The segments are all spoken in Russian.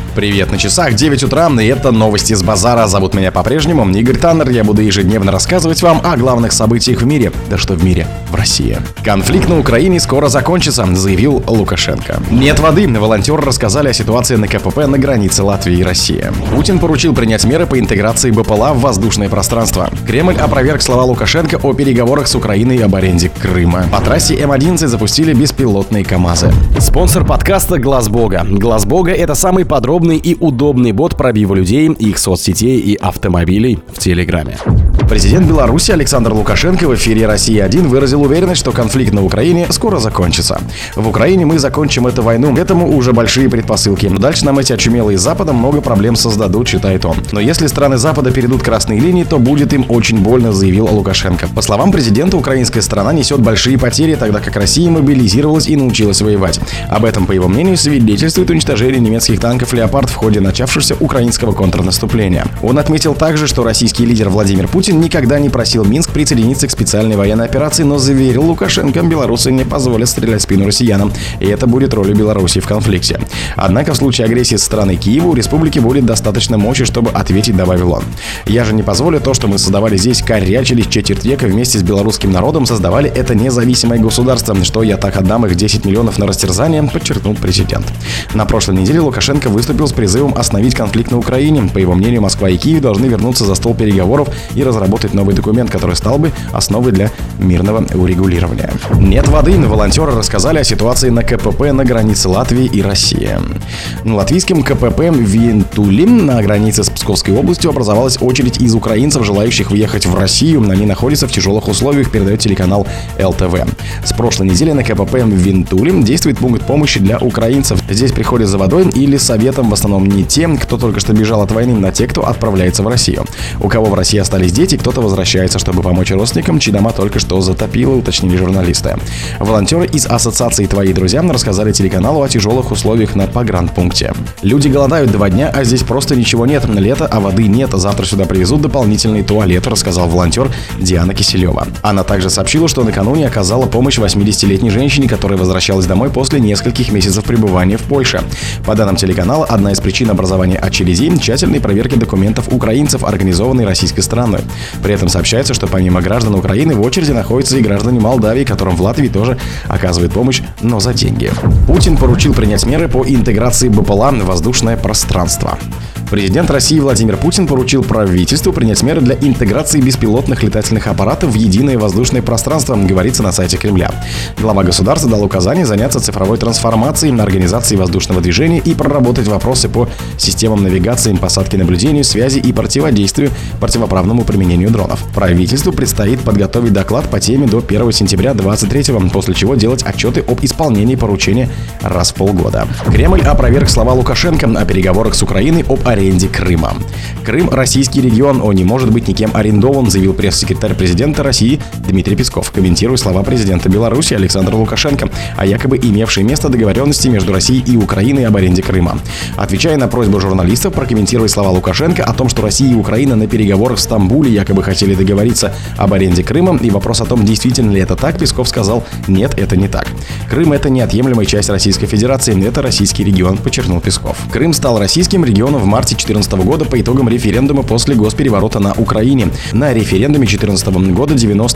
Привет, на часах 9 утра, и это новости с базара. Зовут меня по-прежнему Игорь Таннер. Я буду ежедневно рассказывать вам о главных событиях в мире. Да что в мире, в России. Конфликт на Украине скоро закончится, заявил Лукашенко. Нет воды. Волонтеры рассказали о ситуации на КПП на границе Латвии и России. Путин поручил принять меры по интеграции БПЛА в воздушное пространство. Кремль опроверг слова Лукашенко о переговорах с Украиной об аренде Крыма. По трассе М11 запустили беспилотные КАМАЗы. Спонсор подкаста Глаз Бога. Глаз Бога — это самый подробный и удобный бот пробива людей, их соцсетей и автомобилей в Телеграме. Президент Беларуси Александр Лукашенко в эфире «Россия-1» выразил уверенность, что конфликт на Украине скоро закончится. В Украине мы закончим эту войну, к этому уже большие предпосылки. Дальше нам эти очумелые с Запада много проблем создадут, считает он. Но если страны Запада перейдут красные линии, то будет им очень больно, заявил Лукашенко. По словам президента, украинская страна несет большие потери, тогда как Россия мобилизировалась и научилась воевать. Об этом, по его мнению, свидетельствует уничтожение немецких танков «Леопард» в ходе начавшегося украинского контрнаступления. Он отметил также, что российский лидер Владимир Путин никогда не просил Минск присоединиться к специальной военной операции, но заверил Лукашенко, белорусы не позволят стрелять в спину россиянам, и это будет ролью Беларуси в конфликте. Однако в случае агрессии со стороны Киева у республики будет достаточно мощи, чтобы ответить, добавил он. Я же не позволю то, что мы создавали здесь, корячились четверть века вместе с белорусским народом, создавали это независимое государство, что я так отдам их 10 миллионов на растерзание, подчеркнул президент. На прошлой неделе Лукашенко выступил с призывом остановить конфликт на Украине. По его мнению, Москва и Киев должны вернуться за стол переговоров и разработать новый документ, который стал бы основой для мирного урегулирования. Нет воды. Волонтеры рассказали о ситуации на КПП на границе Латвии и России. На латвийском КПП в Вентуле на границе с Псковской областью образовалась очередь из украинцев, желающих въехать в Россию. Они находятся в тяжелых условиях, передает телеканал ЛТВ. С прошлой недели на КПП в Вентуле действует пункт помощи для украинцев. Здесь приходят за водой или советом в основном не те, кто только что бежал от войны, а те, кто отправляется в Россию. У кого в России остались дети, кто-то возвращается, чтобы помочь родственникам, чьи дома только что затопило, уточнили журналисты. Волонтеры из ассоциации «Твои друзья» рассказали телеканалу о тяжелых условиях на погранпункте. Люди голодают 2 дня, а здесь просто ничего нет. Лето, а воды нет. Завтра сюда привезут дополнительный туалет, рассказал волонтер Диана Киселева. Она также сообщила, что накануне оказала помощь 80-летней женщине, которая возвращалась домой после нескольких месяцев пребывания в Польше. По данным телеканала, одна из причин образования очередей – тщательной проверки документов украинцев, организованной российской стороной. При этом сообщается, что помимо граждан Украины в очереди находятся и граждане Молдавии, которым в Латвии тоже оказывает помощь, но за деньги. Путин поручил принять меры по интеграции БПЛА в воздушное пространство. Президент России Владимир Путин поручил правительству принять меры для интеграции беспилотных летательных аппаратов в единое воздушное пространство, говорится на сайте Кремля. Глава государства дал указание заняться цифровой трансформацией, организацией воздушного движения и проработать вопросы по системам навигации, посадки, наблюдению, связи и противодействию противоправному применению дронов. Правительству предстоит подготовить доклад по теме до 1 сентября 2023, после чего делать отчеты об исполнении поручения раз в полгода. Кремль опроверг слова Лукашенко о переговорах с Украиной об аренде Крыма. Крым – российский регион, он не может быть никем арендован, заявил пресс-секретарь президента России Дмитрий Песков, комментируя слова президента Беларуси Александра Лукашенко о якобы имевшей место договоренности между Россией и Украиной об аренде Крыма. Отвечая на просьбу журналистов прокомментировать слова Лукашенко о том, что Россия и Украина на переговорах в Стамбуле якобы хотели договориться об аренде Крыма, и вопрос о том, действительно ли это так, Песков сказал: нет, это не так. Крым – это неотъемлемая часть Российской Федерации, это российский регион, подчеркнул Песков. Крым стал российским регионом в марте 2014 года по итогам референдума после госпереворота на Украине. На референдуме 2014 года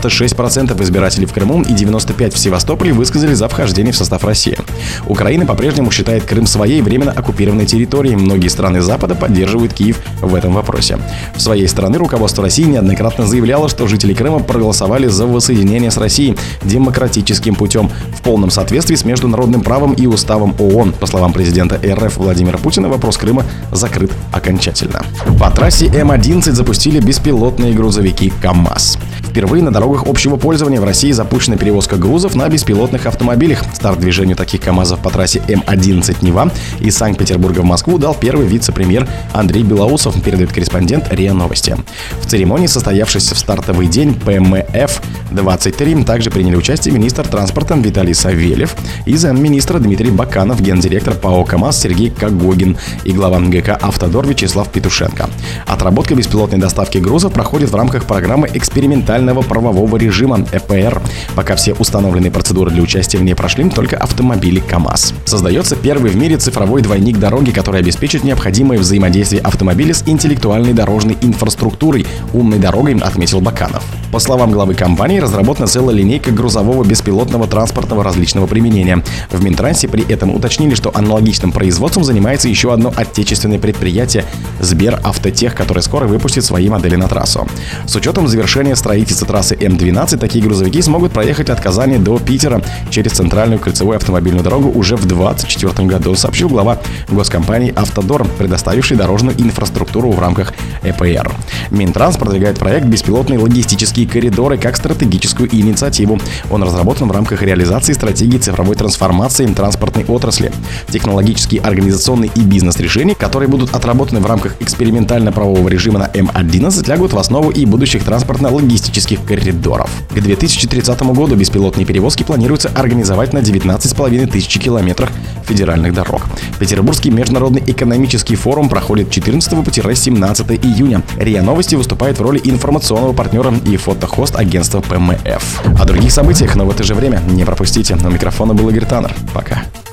96% избирателей в Крыму и 95% в Севастополе высказали за вхождение в состав России. Украина по-прежнему считает Крым своей временно оккупированной территорией. Многие страны Запада поддерживают Киев в этом вопросе. В своей стороны руководство России неоднократно заявляло, что жители Крыма проголосовали за воссоединение с Россией демократическим путем в полном соответствии с международным правом и уставом ООН. По словам президента РФ Владимира Путина, вопрос Крыма закрыт окончательно. По трассе М11 запустили беспилотные грузовики КАМАЗ. Впервые на дорогах общего пользования в России запущена перевозка грузов на беспилотных автомобилях. Старт движению таких КАМАЗов по трассе М11 Нева из Санкт-Петербурга в Москву дал первый вице-премьер Андрей Белоусов, передает корреспондент РИА Новости. В церемонии, состоявшейся в стартовый день ПМФ-23, также приняли участие министр транспорта Виталий Савельев и замминистра Дмитрий Баканов, гендиректор ПАО КАМАЗ Сергей Когогин и глава ГК «Автодор» «Автодор» Вячеслав Петушенко. Отработка беспилотной доставки грузов проходит в рамках программы экспериментального правового режима ЭПР. Пока все установленные процедуры для участия в ней прошли только автомобили КАМАЗ. Создается первый в мире цифровой двойник дороги, который обеспечит необходимое взаимодействие автомобиля с интеллектуальной дорожной инфраструктурой, умной дорогой, отметил Баканов. По словам главы компании, разработана целая линейка грузового беспилотного транспортного различного применения. В Минтрансе при этом уточнили, что аналогичным производством занимается еще одно отечественное предприятие Сберавтотех, которое скоро выпустит свои модели на трассу. С учетом завершения строительства трассы М12, такие грузовики смогут проехать от Казани до Питера через центральную кольцевую автомобильную дорогу уже в 2024 году, сообщил глава госкомпании «Автодор», предоставивший дорожную инфраструктуру в рамках ЭПР. Минтранс продвигает проект «Беспилотные логистические коридоры» как стратегическую инициативу. Он разработан в рамках реализации стратегии цифровой трансформации транспортной отрасли. Технологические, организационные и бизнес-решения, которые будут отработаны в рамках экспериментально-правового режима на М11, лягут в основу и будущих транспортно-логистических коридоров. К 2030 году беспилотные перевозки планируется организовать на 19,5 тысяч километрах федеральных дорог. Петербургский международный экономический форум проходит 14 по 17 июня. РИА Новости выступает в роли информационного партнера и фотохост агентства ПМФ. О других событиях, но в это же время не пропустите. У микрофона был Игорь Таннер. Пока.